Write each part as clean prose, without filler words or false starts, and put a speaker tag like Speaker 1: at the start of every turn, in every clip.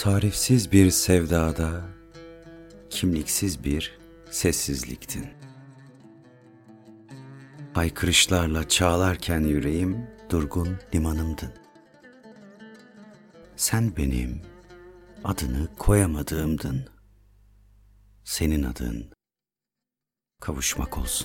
Speaker 1: Tarifsiz bir sevdada, kimliksiz bir sessizliktin. Haykırışlarla çağlarken yüreğim, durgun limanımdın. Sen benim adını koyamadığımdın. Senin adın kavuşmak olsun.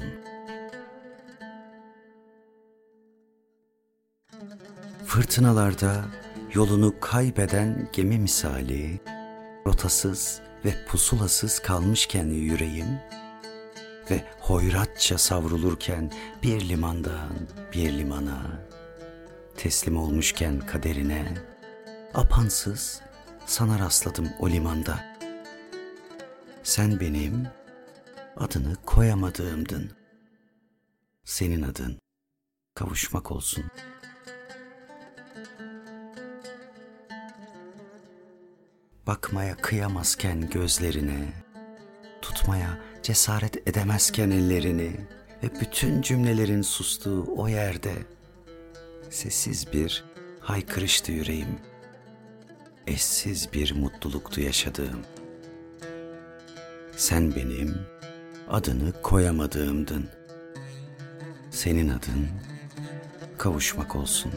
Speaker 1: Fırtınalarda yolunu kaybeden gemi misali, rotasız ve pusulasız kalmışken yüreğim ve hoyratça savrulurken bir limandan bir limana, teslim olmuşken kaderine, apansız sana rastladım o limanda. Sen benim adını koyamadığımdın. Senin adın kavuşmak olsun. Bakmaya kıyamazken gözlerine, tutmaya cesaret edemezken ellerini ve bütün cümlelerin sustuğu o yerde sessiz bir haykırıştı yüreğim. Eşsiz bir mutluluktu yaşadığım. Sen benim adını koyamadığımdın. Senin adın kavuşmak olsun.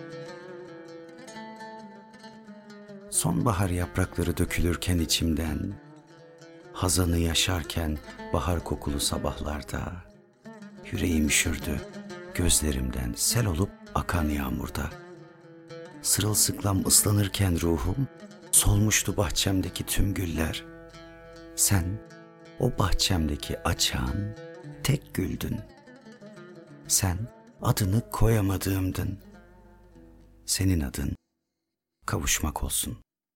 Speaker 1: Sonbahar yaprakları dökülürken içimden, hazanı yaşarken bahar kokulu sabahlarda, yüreğim üşürdü gözlerimden sel olup akan yağmurda. Sırılsıklam ıslanırken ruhum, solmuştu bahçemdeki tüm güller. Sen o bahçemdeki açan tek güldün. Sen adını koyamadığımdın. Senin adın kavuşmak olsun.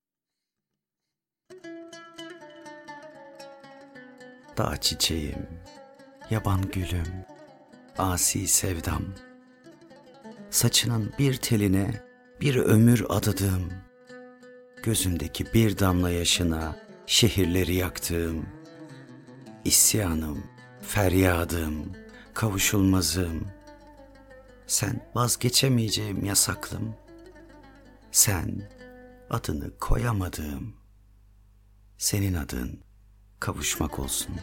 Speaker 1: Dağ çiçeğim, yaban gülüm, asi sevdam, saçının bir teline bir ömür adadım, gözündeki bir damla yaşına şehirleri yaktığım, isyanım, feryadım, kavuşulmazım, sen vazgeçemeyeceğim yasaklım, sen adını koyamadığım, senin adın kavuşmak olsun.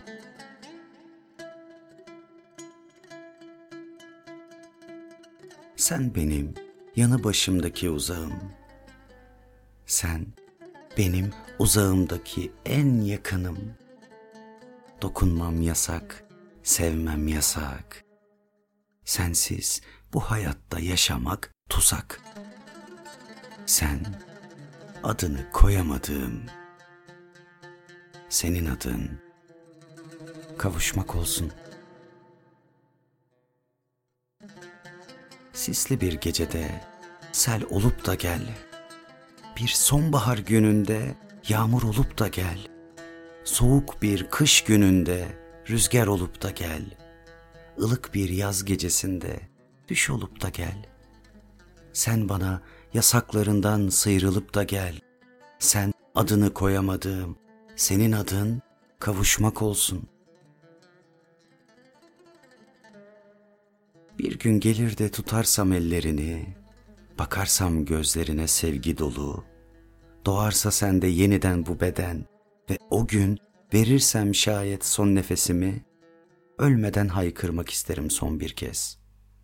Speaker 1: Sen benim yanı başımdaki uzağım. Sen benim uzağımdaki en yakınım. Dokunmam yasak, sevmem yasak. Sensiz bu hayatta yaşamak tuzak. Sen adını koyamadığım, senin adın kavuşmak olsun. Sisli bir gecede sel olup da gel. Bir sonbahar gününde yağmur olup da gel. Soğuk bir kış gününde rüzgar olup da gel. Ilık bir yaz gecesinde düş olup da gel. Sen bana yasaklarından sıyrılıp da gel. Sen adını koyamadığım, senin adın kavuşmak olsun. Bir gün gelir de tutarsam ellerini, bakarsam gözlerine sevgi dolu, doğarsa sende yeniden bu beden ve o gün verirsem şayet son nefesimi, ölmeden haykırmak isterim son bir kez.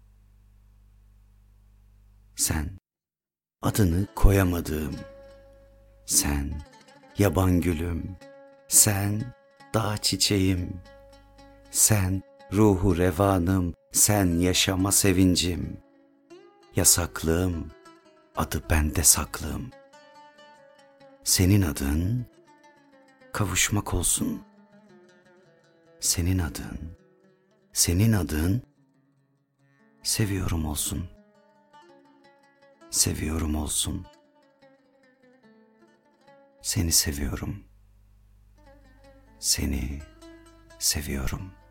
Speaker 1: Sen adını koyamadığım, sen yaban gülüm, sen dağ çiçeğim, sen ruhu revanım, sen yaşama sevincim, yasaklığım, adı bende saklım. Senin adın kavuşmak olsun. Senin adın seviyorum olsun. Seviyorum olsun. Seni seviyorum. Seni seviyorum.